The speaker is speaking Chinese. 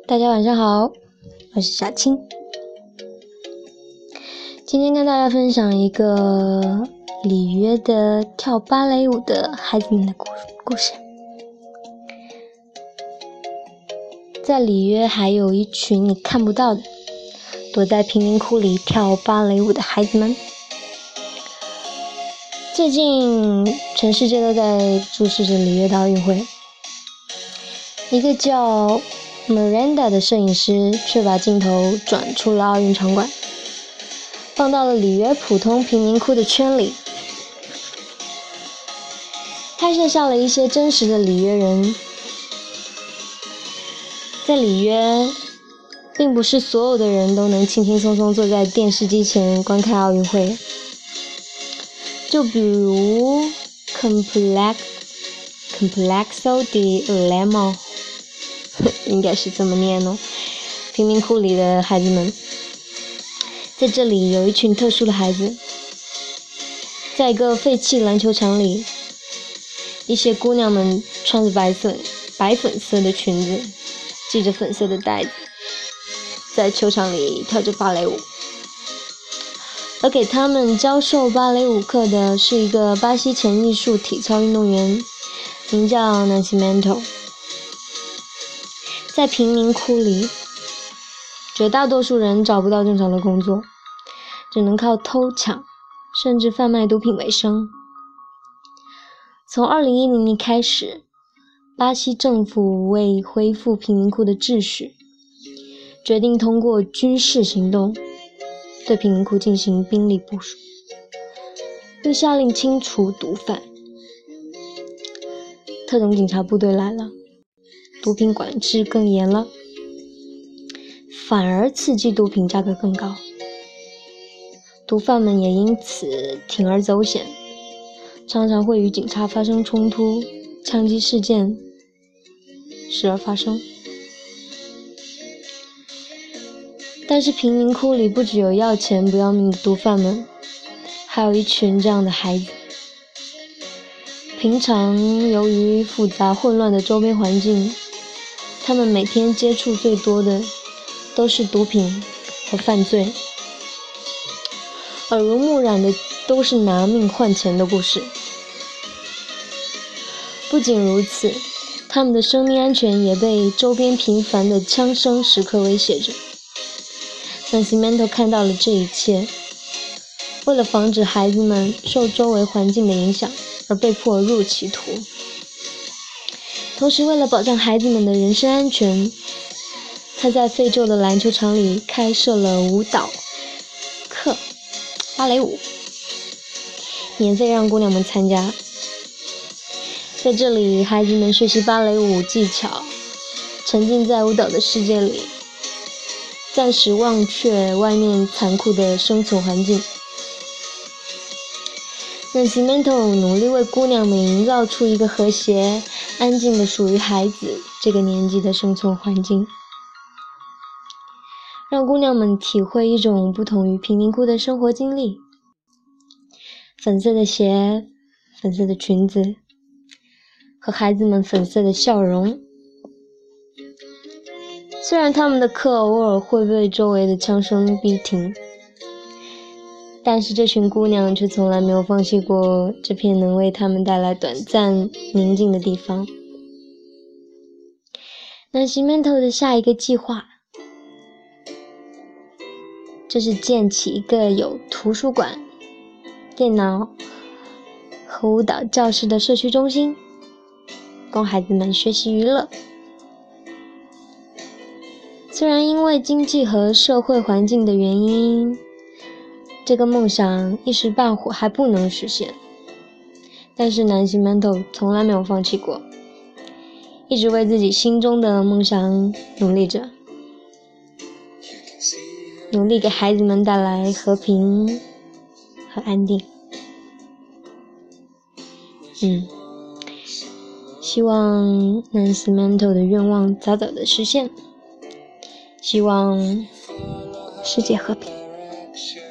大家晚上好，我是小青。今天跟大家分享一个里约的跳芭蕾舞的孩子们的故事。在里约还有一群你看不到的，躲在贫民窟里跳芭蕾舞的孩子们。最近全世界都在注视着里约的奥运会，一个叫Miranda 的摄影师却把镜头转出了奥运场馆，放到了里约普通贫民窟的圈里，拍摄下了一些真实的里约人。在里约，并不是所有的人都能轻轻松松坐在电视机前观看奥运会。就比如 Complexo di Lemo 应该是这么念哦。贫民窟里的孩子们，在这里有一群特殊的孩子，在一个废弃篮球场里，一些姑娘们穿着白粉色的裙子，系着粉色的带子，在球场里跳着芭蕾舞。而给他们教授芭蕾舞课的是一个巴西前艺术体操运动员，名叫 Nascimento。 在贫民窟里，绝大多数人找不到正常的工作，只能靠偷抢甚至贩卖毒品为生。从2010年开始，巴西政府为恢复贫民窟的秩序，决定通过军事行动对贫民窟进行兵力部署，并下令清除毒贩。特种警察部队来了，毒品管制更严了，反而刺激毒品价格更高，毒贩们也因此铤而走险，常常会与警察发生冲突，枪击事件时而发生。但是贫民窟里不只有要钱不要命的毒贩们，还有一群这样的孩子。平常由于复杂混乱的周边环境，他们每天接触最多的都是毒品和犯罪，耳濡目染的都是拿命换钱的故事。不仅如此，他们的生命安全也被周边频繁的枪声时刻威胁着。Nascimento 看到了这一切，为了防止孩子们受周围环境的影响而被迫入歧途，同时为了保障孩子们的人身安全，他在非洲的篮球场里开设了舞蹈课，芭蕾舞，免费让姑娘们参加。在这里，孩子们学习芭蕾舞技巧，沉浸在舞蹈的世界里，暂时忘却外面残酷的生存环境。Nascimento 努力为姑娘们营造出一个和谐、安静的属于孩子这个年纪的生存环境，让姑娘们体会一种不同于贫民窟的生活经历。粉色的鞋，粉色的裙子，和孩子们粉色的笑容。虽然他们的课偶尔会被周围的枪声逼停，但是这群姑娘却从来没有放弃过这片能为他们带来短暂宁静的地方。Nascimento 的下一个计划，这是建起一个有图书馆、电脑和舞蹈教室的社区中心，供孩子们学习娱乐。虽然因为经济和社会环境的原因，这个梦想一时半会还不能实现，但是Nascimento从来没有放弃过，一直为自己心中的梦想努力着，努力给孩子们带来和平和安定。希望Nascimento的愿望早早的实现，希望世界和平。